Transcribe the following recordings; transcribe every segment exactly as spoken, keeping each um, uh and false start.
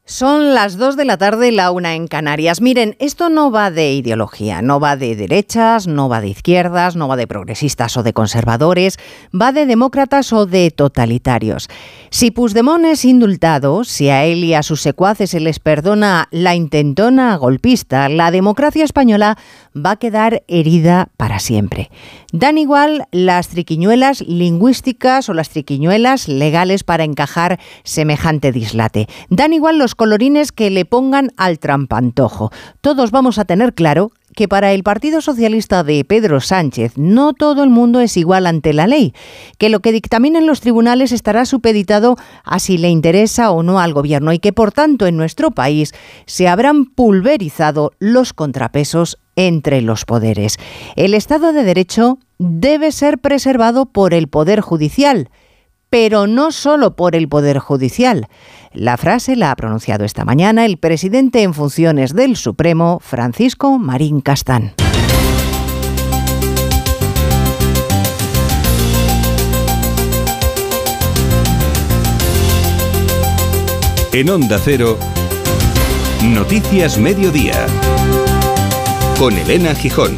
Son las dos de la tarde, la una en Canarias. Miren, esto no va de ideología, no va de derechas, no va de izquierdas, no va de progresistas o de conservadores, va de demócratas o de totalitarios. Si Puigdemont es indultado, si a él y a sus secuaces se les perdona la intentona golpista, la democracia española va a quedar herida para siempre. Dan igual las triquiñuelas lingüísticas o las triquiñuelas legales para encajar semejante dislate. Dan igual los colorines que le pongan al trampantojo. Todos vamos a tener claro que para el Partido Socialista de Pedro Sánchez no todo el mundo es igual ante la ley, que lo que dictaminen los tribunales estará supeditado a si le interesa o no al gobierno y que, por tanto, en nuestro país se habrán pulverizado los contrapesos entre los poderes. El Estado de Derecho debe ser preservado por el Poder Judicial, pero no solo por el Poder Judicial. La frase la ha pronunciado esta mañana el presidente en funciones del Supremo, Francisco Marín Castán. En Onda Cero, Noticias Mediodía, con Elena Gijón.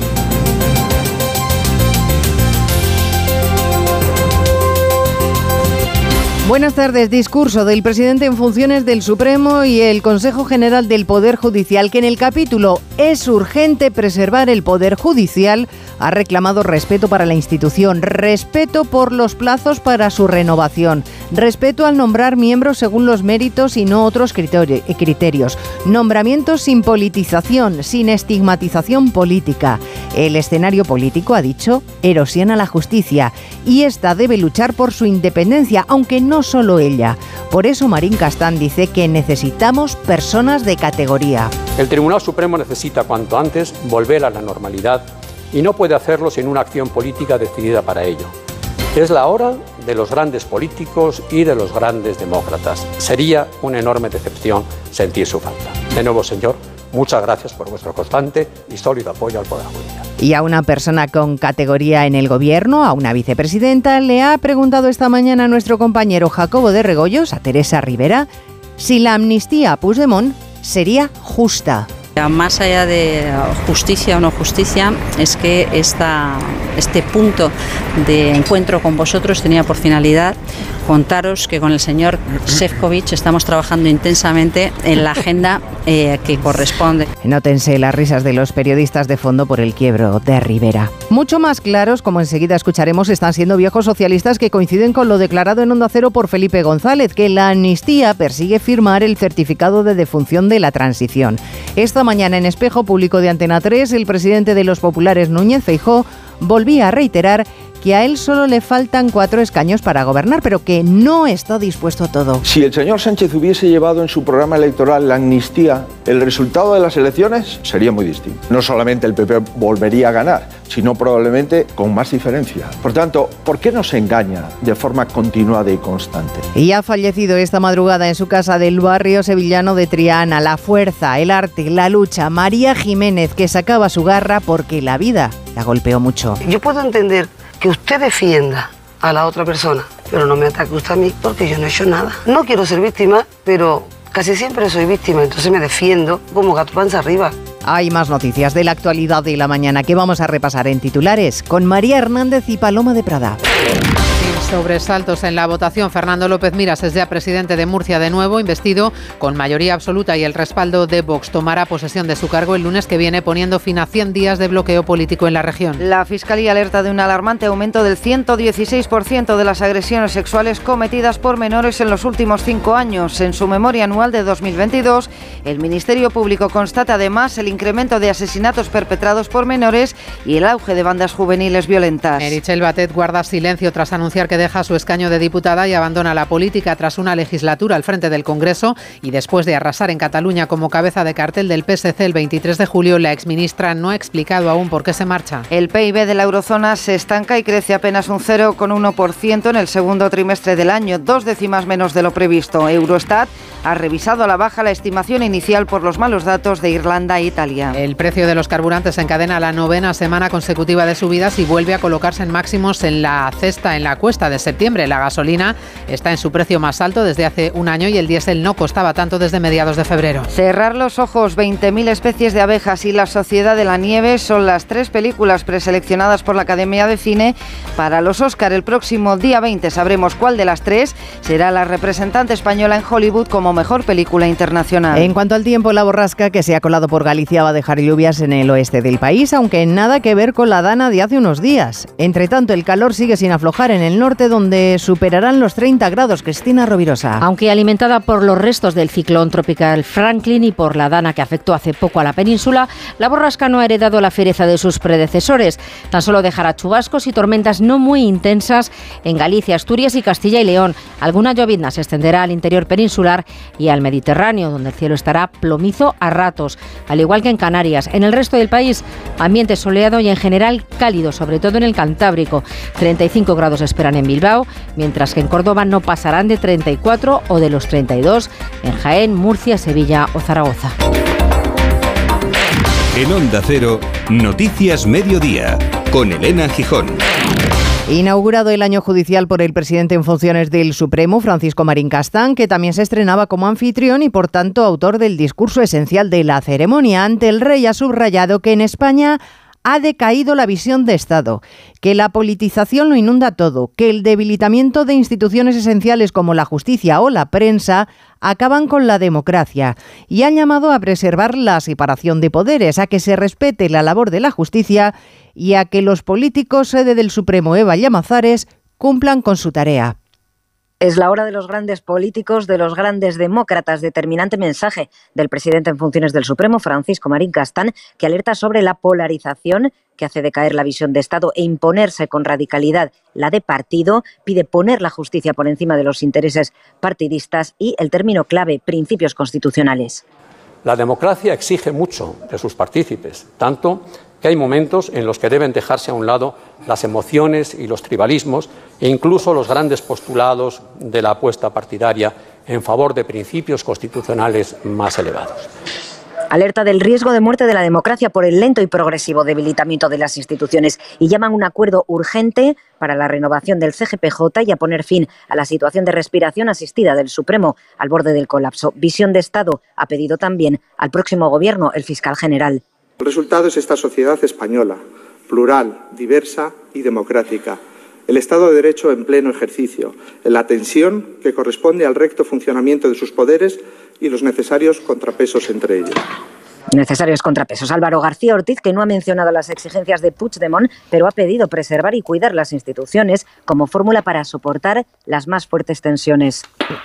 Buenas tardes. Discurso del presidente en funciones del Supremo y el Consejo General del Poder Judicial, que en el capítulo "Es urgente preservar el Poder Judicial" ha reclamado respeto para la institución, respeto por los plazos para su renovación, respeto al nombrar miembros según los méritos y no otros criterios, nombramientos sin politización, sin estigmatización política. El escenario político, ha dicho, erosiona la justicia y esta debe luchar por su independencia, aunque no solo ella. Por eso Marín Castán dice que necesitamos personas de categoría. El Tribunal Supremo necesita cuanto antes volver a la normalidad y no puede hacerlo sin una acción política decidida para ello. Es la hora de los grandes políticos y de los grandes demócratas. Sería una enorme decepción sentir su falta. De nuevo, señor, muchas gracias por vuestro constante y sólido apoyo al Poder Judicial. Y a una persona con categoría en el gobierno, a una vicepresidenta, le ha preguntado esta mañana a nuestro compañero Jacobo de Regoyos, a Teresa Rivera, si la amnistía a Puigdemont sería justa. Más allá de justicia o no justicia, es que esta, este punto de encuentro con vosotros tenía por finalidad contaros que con el señor Šefčovič estamos trabajando intensamente en la agenda eh, que corresponde. Nótense las risas de los periodistas de fondo por el quiebro de Rivera. Mucho más claros, como enseguida escucharemos, están siendo viejos socialistas que coinciden con lo declarado en Onda Cero por Felipe González, que la amnistía persigue firmar el certificado de defunción de la transición. Esta mañana en Espejo Público de Antena tres, el presidente de los populares, Núñez Feijóo, volvía a reiterar que a él solo le faltan cuatro escaños para gobernar, pero que no está dispuesto a todo. Si el señor Sánchez hubiese llevado en su programa electoral la amnistía, el resultado de las elecciones sería muy distinto. No solamente el P P volvería a ganar, sino probablemente con más diferencia. Por tanto, ¿por qué nos engaña de forma continuada y constante? Y ha fallecido esta madrugada en su casa del barrio sevillano de Triana. La fuerza, el arte, la lucha. María Jiménez, que sacaba su garra porque la vida la golpeó mucho. Yo puedo entender que usted defienda a la otra persona, pero no me ataque usted a mí porque yo no he hecho nada. No quiero ser víctima, pero casi siempre soy víctima, entonces me defiendo como gato panza arriba. Hay más noticias de la actualidad de la mañana que vamos a repasar en titulares con María Hernández y Paloma de Prada. Sin sobresaltos en la votación, Fernando López Miras es ya presidente de Murcia de nuevo, investido con mayoría absoluta y el respaldo de Vox. Tomará posesión de su cargo el lunes que viene, poniendo fin a cien días de bloqueo político en la región. La Fiscalía alerta de un alarmante aumento del ciento dieciséis por ciento de las agresiones sexuales cometidas por menores en los últimos cinco años. En su memoria anual de dos mil veintidós, el Ministerio Público constata además el incremento de asesinatos perpetrados por menores y el auge de bandas juveniles violentas. Meritxell Batet guarda silencio tras anunciar que deja su escaño de diputada y abandona la política tras una legislatura al frente del Congreso y después de arrasar en Cataluña como cabeza de cartel del P S C el veintitrés de julio, la exministra no ha explicado aún por qué se marcha. El P I B de la eurozona se estanca y crece apenas un cero coma uno por ciento en el segundo trimestre del año, dos décimas menos de lo previsto. Eurostat ha revisado a la baja la estimación inicial por los malos datos de Irlanda e Italia. El precio de los carburantes encadena la novena semana consecutiva de subidas y vuelve a colocarse en máximos en la cesta, en la cuesta de septiembre. La gasolina está en su precio más alto desde hace un año y el diésel no costaba tanto desde mediados de febrero. Cerrar los ojos, veinte mil especies de abejas y La Sociedad de la Nieve son las tres películas preseleccionadas por la Academia de Cine para los Oscar. El próximo día veinte sabremos cuál de las tres será la representante española en Hollywood como mejor película internacional. En cuanto al tiempo, la borrasca que se ha colado por Galicia va a dejar lluvias en el oeste del país, aunque nada que ver con la dana de hace unos días. Entre tanto, el calor sigue sin aflojar en el norte, donde superarán los treinta grados. Cristina Rovirosa. Aunque alimentada por los restos del ciclón tropical Franklin y por la dana que afectó hace poco a la península, la borrasca no ha heredado la fiereza de sus predecesores. Tan solo dejará chubascos y tormentas no muy intensas en Galicia, Asturias y Castilla y León. Alguna llovizna se extenderá al interior peninsular y al Mediterráneo, donde el cielo estará plomizo a ratos, al igual que en Canarias. En el resto del país, ambiente soleado y en general cálido, sobre todo en el Cantábrico. treinta y cinco grados esperan en Bilbao, mientras que en Córdoba no pasarán de treinta y cuatro o de los treinta y dos en Jaén, Murcia, Sevilla o Zaragoza. En Onda Cero, Noticias Mediodía, con Elena Gijón. Inaugurado el año judicial por el presidente en funciones del Supremo, Francisco Marín Castán, que también se estrenaba como anfitrión y por tanto autor del discurso esencial de la ceremonia. Ante el rey ha subrayado que en España ha decaído la visión de Estado, que la politización lo inunda todo, que el debilitamiento de instituciones esenciales como la justicia o la prensa acaban con la democracia, y han llamado a preservar la separación de poderes, a que se respete la labor de la justicia y a que los políticos, sede del Supremo Eva Llamazares, cumplan con su tarea. Es la hora de los grandes políticos, de los grandes demócratas. Determinante mensaje del presidente en funciones del Supremo, Francisco Marín Castán, que alerta sobre la polarización que hace decaer la visión de Estado e imponerse con radicalidad la de partido. Pide poner la justicia por encima de los intereses partidistas y el término clave, principios constitucionales. La democracia exige mucho de sus partícipes, tanto que hay momentos en los que deben dejarse a un lado las emociones y los tribalismos e incluso los grandes postulados de la apuesta partidaria en favor de principios constitucionales más elevados. Alerta del riesgo de muerte de la democracia por el lento y progresivo debilitamiento de las instituciones y llaman un acuerdo urgente para la renovación del C G P J y a poner fin a la situación de respiración asistida del Supremo al borde del colapso. Visión de Estado ha pedido también al próximo gobierno el fiscal general. El resultado es esta sociedad española, plural, diversa y democrática. El Estado de Derecho en pleno ejercicio, en la tensión que corresponde al recto funcionamiento de sus poderes y los necesarios contrapesos entre ellos. Necesarios contrapesos. Álvaro García Ortiz, que no ha mencionado las exigencias de Puigdemont, pero ha pedido preservar y cuidar las instituciones como fórmula para soportar las más fuertes tensiones.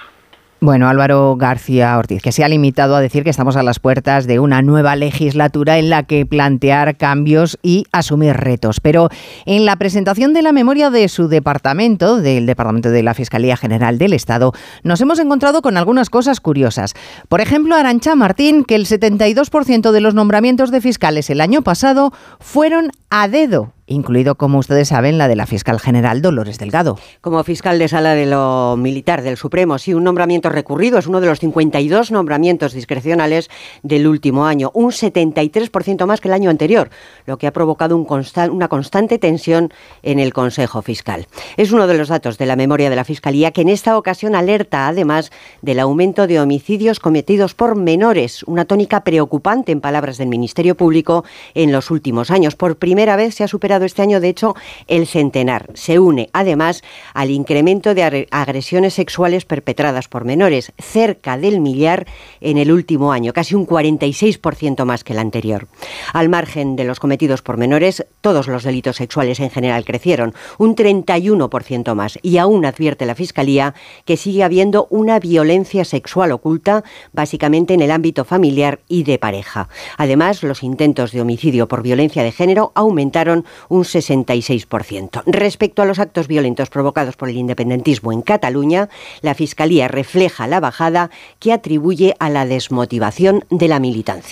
Bueno, Álvaro García Ortiz, que se ha limitado a decir que estamos a las puertas de una nueva legislatura en la que plantear cambios y asumir retos. Pero en la presentación de la memoria de su departamento, del Departamento de la Fiscalía General del Estado, nos hemos encontrado con algunas cosas curiosas. Por ejemplo, Arantxa Martín, que el setenta y dos por ciento de los nombramientos de fiscales el año pasado fueron a dedo, incluido, como ustedes saben, la de la fiscal general Dolores Delgado. Como fiscal de sala de lo militar del Supremo, sí, un nombramiento recurrido, es uno de los cincuenta y dos nombramientos discrecionales del último año, un setenta y tres por ciento más que el año anterior, lo que ha provocado un constan- una constante tensión en el Consejo Fiscal. Es uno de los datos de la memoria de la Fiscalía, que en esta ocasión alerta además del aumento de homicidios cometidos por menores, una tónica preocupante en palabras del Ministerio Público en los últimos años. Por primera vez se ha superado este año, de hecho, el centenar. Se une, además, al incremento de agresiones sexuales perpetradas por menores, cerca del millar en el último año, casi un cuarenta y seis por ciento más que el anterior. Al margen de los cometidos por menores, todos los delitos sexuales en general crecieron, un treinta y uno por ciento más, y aún advierte la Fiscalía que sigue habiendo una violencia sexual oculta, básicamente en el ámbito familiar y de pareja. Además, los intentos de homicidio por violencia de género aumentaron un sesenta y seis por ciento. Respecto a los actos violentos provocados por el independentismo en Cataluña, la Fiscalía refleja la bajada que atribuye a la desmotivación de la militancia.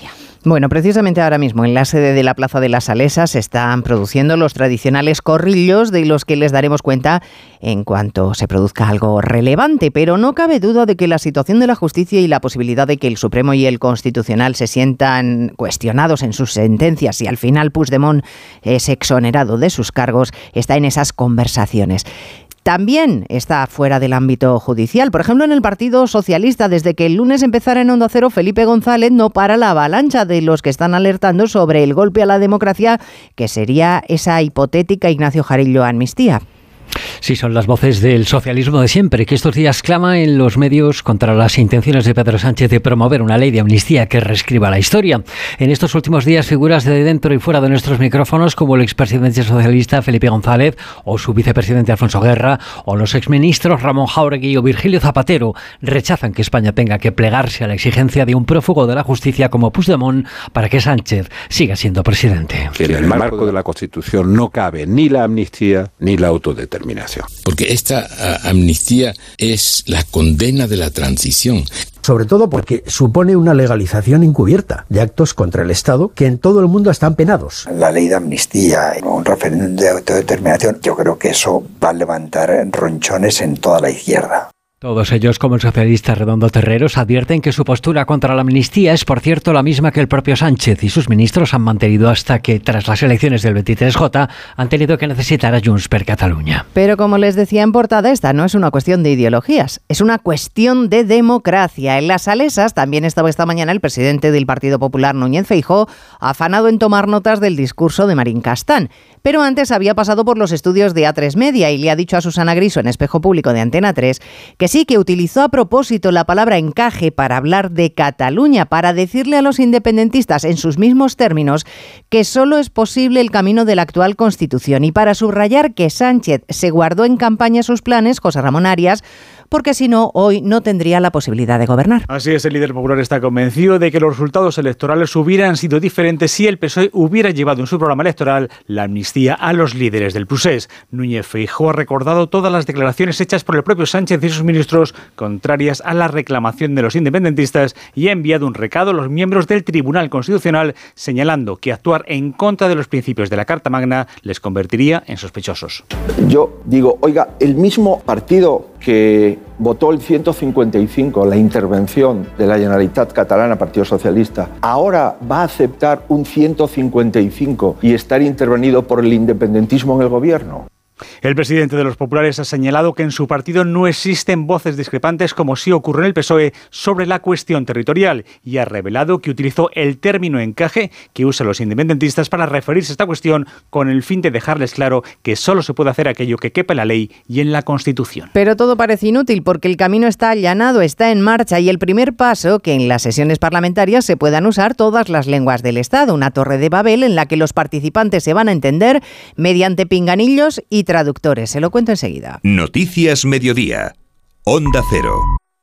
Bueno, precisamente ahora mismo en la sede de la Plaza de las Salesas se están produciendo los tradicionales corrillos de los que les daremos cuenta en cuanto se produzca algo relevante, pero no cabe duda de que la situación de la justicia y la posibilidad de que el Supremo y el Constitucional se sientan cuestionados en sus sentencias y al final Puigdemont es exonerado de sus cargos está en esas conversaciones. También está fuera del ámbito judicial. Por ejemplo, en el Partido Socialista, desde que el lunes empezara en Onda Cero, Felipe González no para la avalancha de los que están alertando sobre el golpe a la democracia que sería esa hipotética Ignacio Jarillo amnistía. Sí, son las voces del socialismo de siempre, que estos días clama en los medios contra las intenciones de Pedro Sánchez de promover una ley de amnistía que reescriba la historia. En estos últimos días, figuras de dentro y fuera de nuestros micrófonos, como el expresidente socialista Felipe González, o su vicepresidente Alfonso Guerra, o los exministros Ramón Jáuregui o Virgilio Zapatero, rechazan que España tenga que plegarse a la exigencia de un prófugo de la justicia como Puigdemont para que Sánchez siga siendo presidente. En el marco de la Constitución no cabe ni la amnistía ni la autodeterminación. Porque esta uh, amnistía es la condena de la transición. Sobre todo porque supone una legalización encubierta de actos contra el Estado que en todo el mundo están penados. La ley de amnistía, un referéndum de autodeterminación, yo creo que eso va a levantar ronchones en toda la izquierda. Todos ellos, como el socialista Redondo Terreros, advierten que su postura contra la amnistía es, por cierto, la misma que el propio Sánchez y sus ministros han mantenido hasta que, tras las elecciones del veintitrés J, han tenido que necesitar a Junts per Catalunya. Pero como les decía en portada, esta no es una cuestión de ideologías, es una cuestión de democracia. En las Salesas también estaba esta mañana el presidente del Partido Popular, Núñez Feijóo, afanado en tomar notas del discurso de Marín Castán. Pero antes había pasado por los estudios de A tres Media y le ha dicho a Susana Griso en Espejo Público de Antena tres que sí, que utilizó a propósito la palabra encaje para hablar de Cataluña, para decirle a los independentistas en sus mismos términos que solo es posible el camino de la actual Constitución y para subrayar que Sánchez se guardó en campaña sus planes, José Ramón Arias, porque si no, hoy no tendría la posibilidad de gobernar. Así es, el líder popular está convencido de que los resultados electorales hubieran sido diferentes si el P S O E hubiera llevado en su programa electoral la amnistía a los líderes del procés. Núñez Feijóo ha recordado todas las declaraciones hechas por el propio Sánchez y sus ministros contrarias a la reclamación de los independentistas y ha enviado un recado a los miembros del Tribunal Constitucional señalando que actuar en contra de los principios de la Carta Magna les convertiría en sospechosos. Yo digo, oiga, el mismo partido que votó el ciento cincuenta y cinco, la intervención de la Generalitat Catalana, Partido Socialista, ahora va a aceptar un ciento cincuenta y cinco y estar intervenido por el independentismo en el gobierno. El presidente de los populares ha señalado que en su partido no existen voces discrepantes como sí ocurre en el P S O E sobre la cuestión territorial y ha revelado que utilizó el término encaje que usan los independentistas para referirse a esta cuestión con el fin de dejarles claro que solo se puede hacer aquello que quepa en la ley y en la Constitución. Pero todo parece inútil porque el camino está allanado, está en marcha y el primer paso que en las sesiones parlamentarias se puedan usar todas las lenguas del Estado, una torre de Babel en la que los participantes se van a entender mediante pinganillos y traductores. Se lo cuento enseguida. Noticias Mediodía. Onda Cero.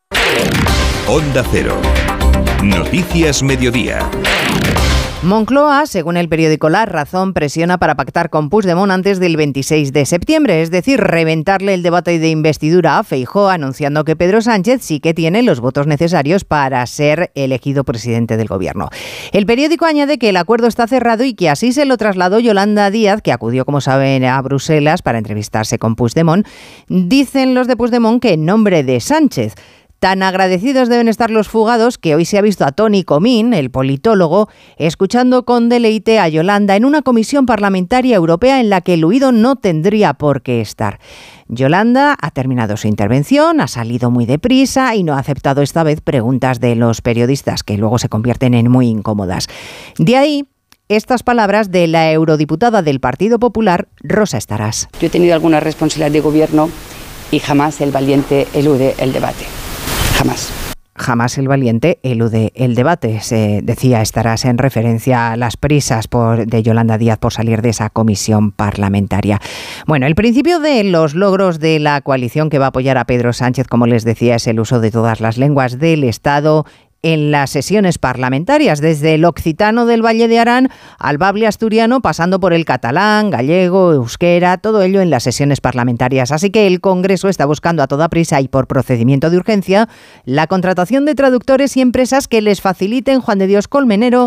Onda Cero. Noticias Mediodía. Moncloa, según el periódico La Razón, presiona para pactar con Puigdemont antes del veintiséis de septiembre, es decir, reventarle el debate de investidura a Feijóo, anunciando que Pedro Sánchez sí que tiene los votos necesarios para ser elegido presidente del gobierno. El periódico añade que el acuerdo está cerrado y que así se lo trasladó Yolanda Díaz, que acudió, como saben, a Bruselas para entrevistarse con Puigdemont. Dicen los de Puigdemont que en nombre de Sánchez. Tan agradecidos deben estar los fugados que hoy se ha visto a Toni Comín, el politólogo, escuchando con deleite a Yolanda en una comisión parlamentaria europea en la que el huido no tendría por qué estar. Yolanda ha terminado su intervención, ha salido muy deprisa y no ha aceptado esta vez preguntas de los periodistas, que luego se convierten en muy incómodas. De ahí estas palabras de la eurodiputada del Partido Popular, Rosa Estarás. Yo he tenido alguna responsabilidad de gobierno y jamás el valiente elude el debate. Jamás. Jamás el valiente elude el debate, se decía Estarás en referencia a las prisas por, de Yolanda Díaz por salir de esa comisión parlamentaria. Bueno, el principio de los logros de la coalición que va a apoyar a Pedro Sánchez, como les decía, es el uso de todas las lenguas del Estado en las sesiones parlamentarias, desde el occitano del Valle de Arán al bable asturiano, pasando por el catalán, gallego, euskera, todo ello en las sesiones parlamentarias. Así que el Congreso está buscando a toda prisa y por procedimiento de urgencia la contratación de traductores y empresas que les faciliten, Juan de Dios Colmenero,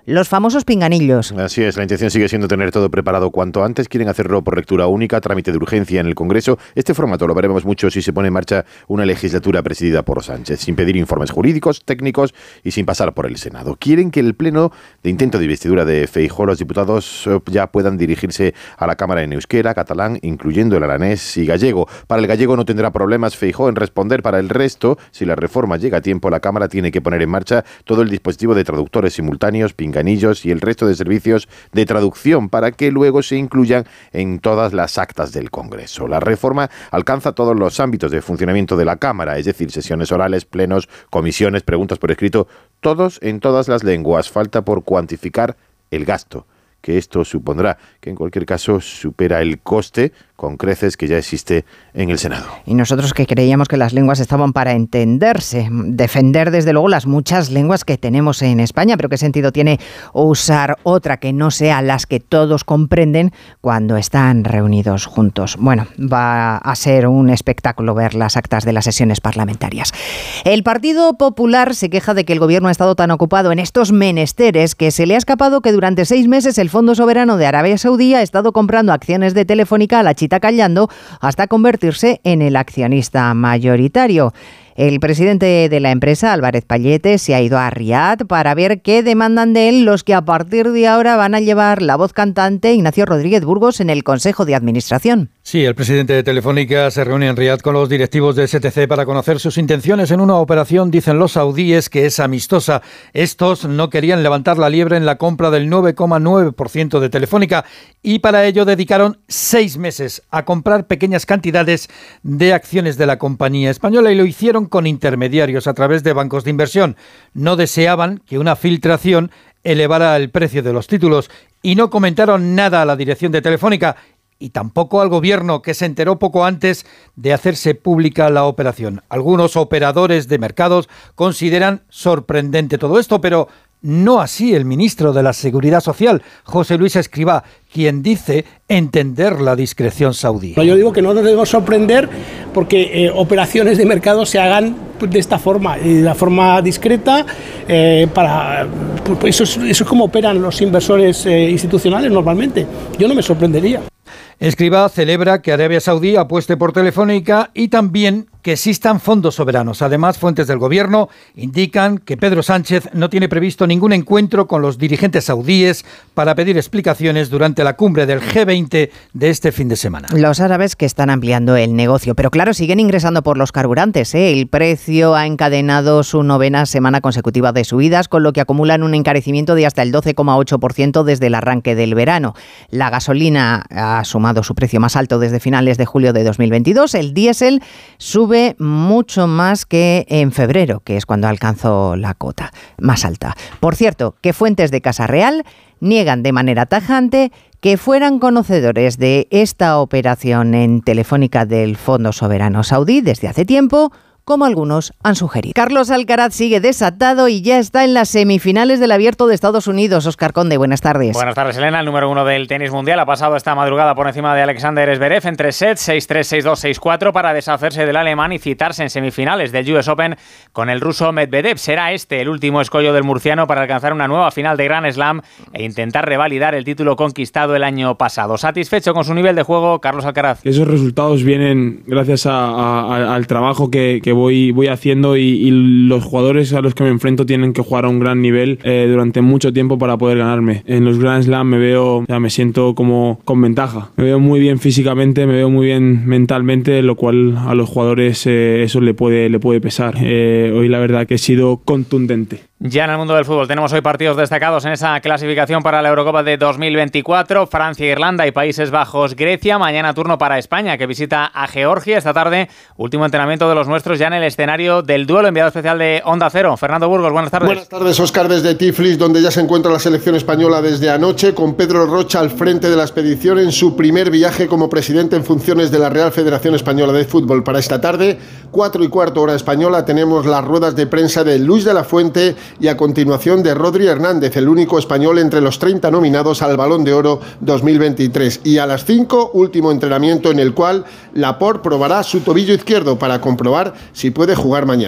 los famosos pinganillos. Así es, la intención sigue siendo tener todo preparado cuanto antes. Quieren hacerlo por lectura única, trámite de urgencia en el Congreso. Este formato lo veremos mucho si se pone en marcha una legislatura presidida por Sánchez, sin pedir informes jurídicos, técnicos y sin pasar por el Senado. Quieren que el pleno de intento de investidura de Feijóo, los diputados ya puedan dirigirse a la Cámara en euskera, catalán, incluyendo el aranés y gallego. Para el gallego no tendrá problemas Feijóo en responder. Para el resto, si la reforma llega a tiempo, la Cámara tiene que poner en marcha todo el dispositivo de traductores simultáneos, pinganillos y el resto de servicios de traducción para que luego se incluyan en todas las actas del Congreso. La reforma alcanza todos los ámbitos de funcionamiento de la Cámara, es decir, sesiones orales, plenos, comisiones, preguntas por escrito, todos en todas las lenguas. Falta por cuantificar el gasto que esto supondrá, que en cualquier caso supera el coste con creces que ya existe en el Senado. Y nosotros que creíamos que las lenguas estaban para entenderse, defender desde luego las muchas lenguas que tenemos en España, pero ¿qué sentido tiene usar otra que no sea las que todos comprenden cuando están reunidos juntos? Bueno, va a ser un espectáculo ver las actas de las sesiones parlamentarias. El Partido Popular se queja de que el gobierno ha estado tan ocupado en estos menesteres que se le ha escapado que durante seis meses el Fondo Soberano de Arabia Saudí ha estado comprando acciones de Telefónica a la chita callando hasta convertirse en el accionista mayoritario. El presidente de la empresa, Álvarez Pallete, se ha ido a Riad para ver qué demandan de él los que a partir de ahora van a llevar la voz cantante Ignacio Rodríguez Burgos en el Consejo de Administración. Sí, el presidente de Telefónica se reúne en Riad con los directivos de S T C para conocer sus intenciones en una operación, dicen los saudíes, que es amistosa. Estos no querían levantar la liebre en la compra del nueve coma nueve por ciento de Telefónica y para ello dedicaron seis meses a comprar pequeñas cantidades de acciones de la compañía española y lo hicieron con intermediarios a través de bancos de inversión. No deseaban que una filtración elevara el precio de los títulos y no comentaron nada a la dirección de Telefónica y tampoco al gobierno, que se enteró poco antes de hacerse pública la operación. Algunos operadores de mercados consideran sorprendente todo esto, pero no así el ministro de la Seguridad Social, José Luis Escrivá, quien dice entender la discreción saudí. Yo digo que no nos debemos sorprender porque eh, operaciones de mercado se hagan de esta forma, de la forma discreta, eh, para pues eso, es, eso es como operan los inversores eh, institucionales normalmente. Yo no me sorprendería. Escrivá celebra que Arabia Saudí apueste por Telefónica y también que existan fondos soberanos. Además, fuentes del gobierno indican que Pedro Sánchez no tiene previsto ningún encuentro con los dirigentes saudíes para pedir explicaciones durante la cumbre del G veinte de este fin de semana. Los árabes que están ampliando el negocio, pero claro, siguen ingresando por los carburantes, ¿eh? El precio ha encadenado su novena semana consecutiva de subidas, con lo que acumulan un encarecimiento de hasta el doce coma ocho por ciento desde el arranque del verano. La gasolina ha sumado su precio más alto desde finales de julio de dos mil veintidós. El diésel sube mucho más que en febrero, que es cuando alcanzó la cota más alta. Por cierto, que fuentes de Casa Real niegan de manera tajante que fueran conocedores de esta operación en Telefónica del Fondo Soberano Saudí desde hace tiempo, como algunos han sugerido. Carlos Alcaraz sigue desatado y ya está en las semifinales del Abierto de Estados Unidos. Óscar Conde, buenas tardes. Buenas tardes, Elena. El número uno del tenis mundial ha pasado esta madrugada por encima de Alexander Zverev en tres sets, seis tres, seis dos, seis cuatro, para deshacerse del alemán y citarse en semifinales del U S Open con el ruso Medvedev. Será este el último escollo del murciano para alcanzar una nueva final de Grand Slam e intentar revalidar el título conquistado el año pasado. Satisfecho con su nivel de juego, Carlos Alcaraz. Esos resultados vienen gracias a, a, al trabajo que, que Voy, voy haciendo y, y los jugadores a los que me enfrento tienen que jugar a un gran nivel eh, durante mucho tiempo para poder ganarme. En los Grand Slam me veo, o sea, me siento como con ventaja. Me veo muy bien físicamente, me veo muy bien mentalmente, lo cual a los jugadores eh, eso le puede, le puede pesar. Eh, hoy la verdad que he sido contundente. Ya en el mundo del fútbol tenemos hoy partidos destacados en esa clasificación para la Eurocopa de dos mil veinticuatro. Francia, Irlanda y Países Bajos, Grecia. Mañana turno para España, que visita a Georgia. Esta tarde, último entrenamiento de los nuestros ya en el escenario del duelo. Enviado especial de Onda Cero, Fernando Burgos, buenas tardes. Buenas tardes, Óscar, desde Tiflis, donde ya se encuentra la selección española desde anoche, con Pedro Rocha al frente de la expedición en su primer viaje como presidente en funciones de la Real Federación Española de Fútbol. Para esta tarde, cuatro y cuarto hora española, tenemos las ruedas de prensa de Luis de la Fuente y a continuación de Rodri Hernández, el único español entre los treinta nominados al Balón de Oro dos mil veintitrés. Y a las cinco, último entrenamiento en el cual Laporte probará su tobillo izquierdo para comprobar si puede jugar mañana.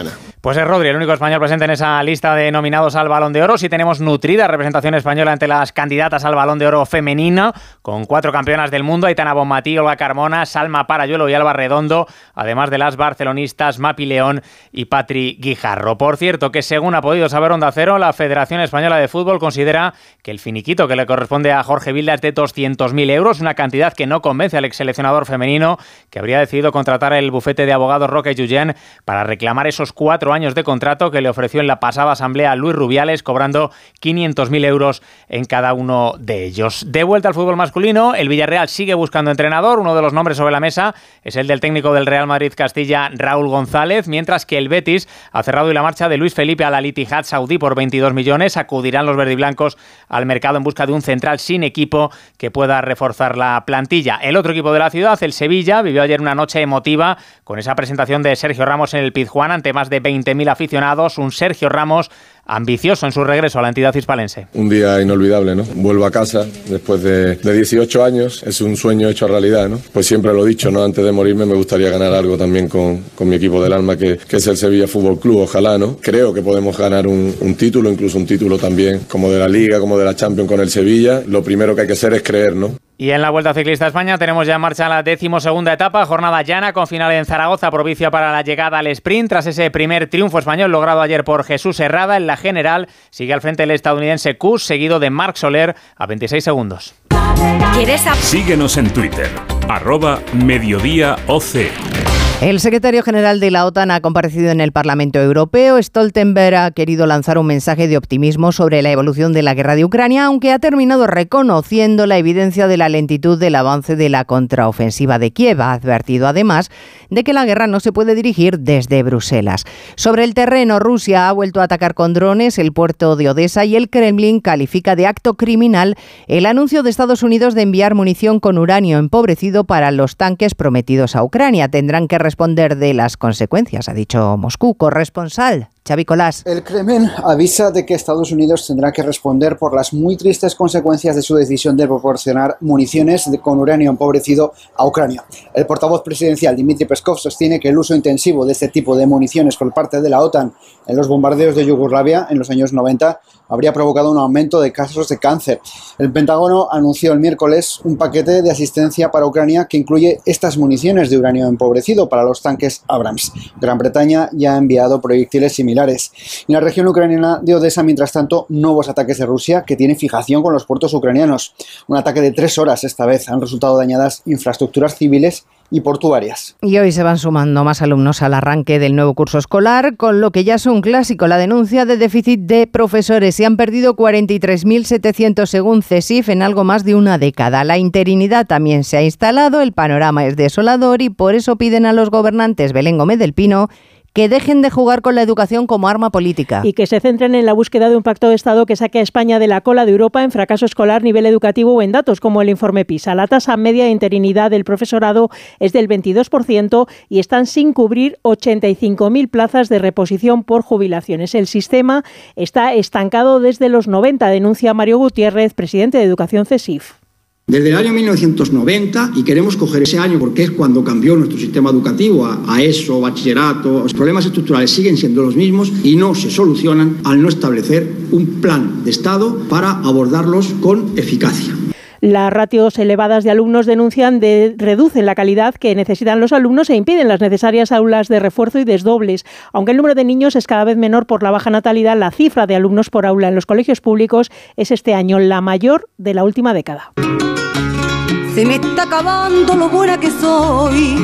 Pues es Rodri, el único español presente en esa lista de nominados al Balón de Oro. Sí tenemos nutrida representación española entre las candidatas al Balón de Oro femenino, con cuatro campeonas del mundo, Aitana Bonmatí, Olga Carmona, Salma Parayuelo y Alba Redondo, además de las barcelonistas Mapi León y Patri Guijarro. Por cierto, que según ha podido saber Onda Cero, la Federación Española de Fútbol considera que el finiquito que le corresponde a Jorge Vilda es de doscientos mil euros, una cantidad que no convence al exseleccionador femenino, que habría decidido contratar el bufete de abogados Roque Jullén para reclamar esos cuatro años de contrato que le ofreció en la pasada asamblea a Luis Rubiales, cobrando quinientos mil euros en cada uno de ellos. De vuelta al fútbol masculino, el Villarreal sigue buscando entrenador. Uno de los nombres sobre la mesa es el del técnico del Real Madrid Castilla, Raúl González, mientras que el Betis ha cerrado hoy la marcha de Luis Felipe al Al Ittihad saudí por veintidós millones. Acudirán los verdiblancos al mercado en busca de un central sin equipo que pueda reforzar la plantilla. El otro equipo de la ciudad, el Sevilla, vivió ayer una noche emotiva con esa presentación de Sergio Ramos en el Pizjuán ante más de veinte mil aficionados, un Sergio Ramos ambicioso en su regreso a la entidad hispalense. Un día inolvidable, ¿no? Vuelvo a casa después de, de dieciocho años, es un sueño hecho realidad, ¿no? Pues siempre lo he dicho, ¿no? Antes de morirme me gustaría ganar algo también con, con mi equipo del alma, que, que es el Sevilla Fútbol Club, ojalá, ¿no? Creo que podemos ganar un, un título, incluso un título también como de la Liga, como de la Champions con el Sevilla. Lo primero que hay que hacer es creer, ¿no? Y en la Vuelta Ciclista a España tenemos ya en marcha la decimosegunda etapa, jornada llana con final en Zaragoza, propicia para la llegada al sprint. Tras ese primer triunfo español logrado ayer por Jesús Herrada, en la general sigue al frente el estadounidense Kuss, seguido de Marc Soler a veintiséis segundos. ¿Quieres a... Síguenos en Twitter, arroba Mediodía O C. El secretario general de la OTAN ha comparecido en el Parlamento Europeo. Stoltenberg ha querido lanzar un mensaje de optimismo sobre la evolución de la guerra de Ucrania, aunque ha terminado reconociendo la evidencia de la lentitud del avance de la contraofensiva de Kiev. Ha advertido además de que la guerra no se puede dirigir desde Bruselas. Sobre el terreno, Rusia ha vuelto a atacar con drones el puerto de Odessa y el Kremlin califica de acto criminal el anuncio de Estados Unidos de enviar munición con uranio empobrecido para los tanques prometidos a Ucrania. Tendrán que responder de las consecuencias, ha dicho Moscú. Corresponsal Xavi Colás. El Kremlin avisa de que Estados Unidos tendrá que responder por las muy tristes consecuencias de su decisión de proporcionar municiones con uranio empobrecido a Ucrania. El portavoz presidencial Dmitry Peskov sostiene que el uso intensivo de este tipo de municiones por parte de la OTAN en los bombardeos de Yugoslavia en los años noventa habría provocado un aumento de casos de cáncer. El Pentágono anunció el miércoles un paquete de asistencia para Ucrania que incluye estas municiones de uranio empobrecido para los tanques Abrams. Gran Bretaña ya ha enviado proyectiles similares. En la región ucraniana de Odessa, mientras tanto, nuevos ataques de Rusia que tiene fijación con los puertos ucranianos. Un ataque de tres horas esta vez. Han resultado dañadas infraestructuras civiles y portuarias. Y hoy se van sumando más alumnos al arranque del nuevo curso escolar, con lo que ya es un clásico, la denuncia de déficit de profesores. Se han perdido cuarenta y tres mil setecientos según CESIF en algo más de una década. La interinidad también se ha instalado, el panorama es desolador y por eso piden a los gobernantes Belén Gómez del Pino que dejen de jugar con la educación como arma política. Y que se centren en la búsqueda de un pacto de Estado que saque a España de la cola de Europa en fracaso escolar, nivel educativo o en datos como el informe PISA. La tasa media de interinidad del profesorado es del veintidós por ciento y están sin cubrir ochenta y cinco mil plazas de reposición por jubilaciones. El sistema está estancado desde los noventa, denuncia Mario Gutiérrez, presidente de Educación CESIF. Desde el año mil novecientos noventa, y queremos coger ese año porque es cuando cambió nuestro sistema educativo a, a ESO, bachillerato, los problemas estructurales siguen siendo los mismos y no se solucionan al no establecer un plan de Estado para abordarlos con eficacia. Las ratios elevadas de alumnos denuncian de reducen la calidad que necesitan los alumnos e impiden las necesarias aulas de refuerzo y desdobles. Aunque el número de niños es cada vez menor por la baja natalidad, la cifra de alumnos por aula en los colegios públicos es este año la mayor de la última década. Se me está acabando lo buena que soy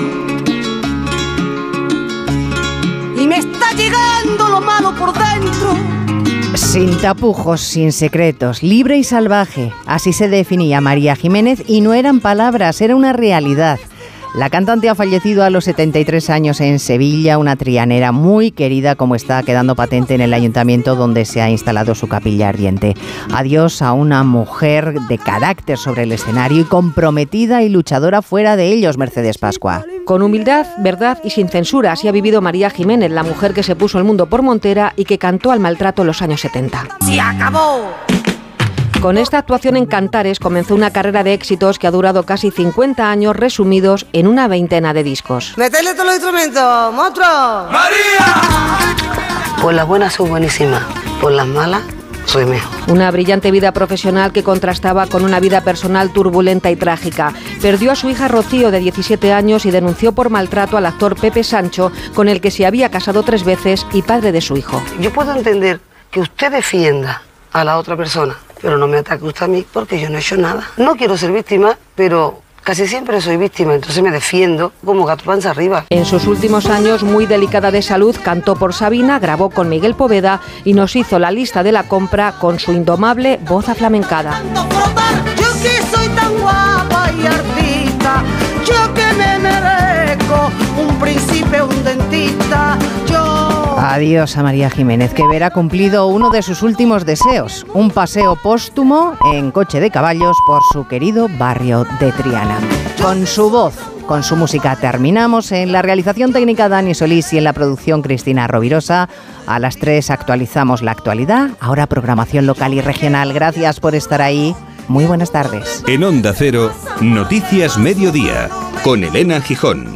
y me está llegando lo malo por dentro. Sin tapujos, sin secretos, libre y salvaje. Así se definía María Jiménez y no eran palabras, era una realidad. La cantante ha fallecido a los setenta y tres años en Sevilla, una trianera muy querida, como está quedando patente en el ayuntamiento donde se ha instalado su capilla ardiente. Adiós a una mujer de carácter sobre el escenario y comprometida y luchadora fuera de ellos, Mercedes Pascua. Con humildad, verdad y sin censura, así ha vivido María Jiménez, la mujer que se puso el mundo por montera y que cantó al maltrato en los años setenta. ¡Se acabó! Con esta actuación en Cantares comenzó una carrera de éxitos que ha durado casi cincuenta años resumidos en una veintena de discos. ¡Metele todos los instrumentos, monstruo! ¡María! Por las buenas soy buenísima, por las malas soy mejor. Una brillante vida profesional que contrastaba con una vida personal turbulenta y trágica. Perdió a su hija Rocío, de diecisiete años, y denunció por maltrato al actor Pepe Sancho, con el que se había casado tres veces y padre de su hijo. Yo puedo entender que usted defienda a la otra persona, pero no me ataque usted a mí porque yo no he hecho nada. No quiero ser víctima, pero casi siempre soy víctima, entonces me defiendo como gato panza arriba. En sus últimos años, muy delicada de salud, cantó por Sabina, grabó con Miguel Poveda y nos hizo la lista de la compra con su indomable voz aflamencada. Yo que soy tan guapa y artista, yo que me merezco un príncipe, un dentista, yo... Adiós a María Jiménez, que verá cumplido uno de sus últimos deseos, un paseo póstumo en coche de caballos por su querido barrio de Triana. Con su voz, con su música terminamos. En la realización técnica Dani Solís y en la producción Cristina Rovirosa. A las tres actualizamos la actualidad, ahora programación local y regional. Gracias por estar ahí. Muy buenas tardes. En Onda Cero, Noticias Mediodía, con Elena Gijón.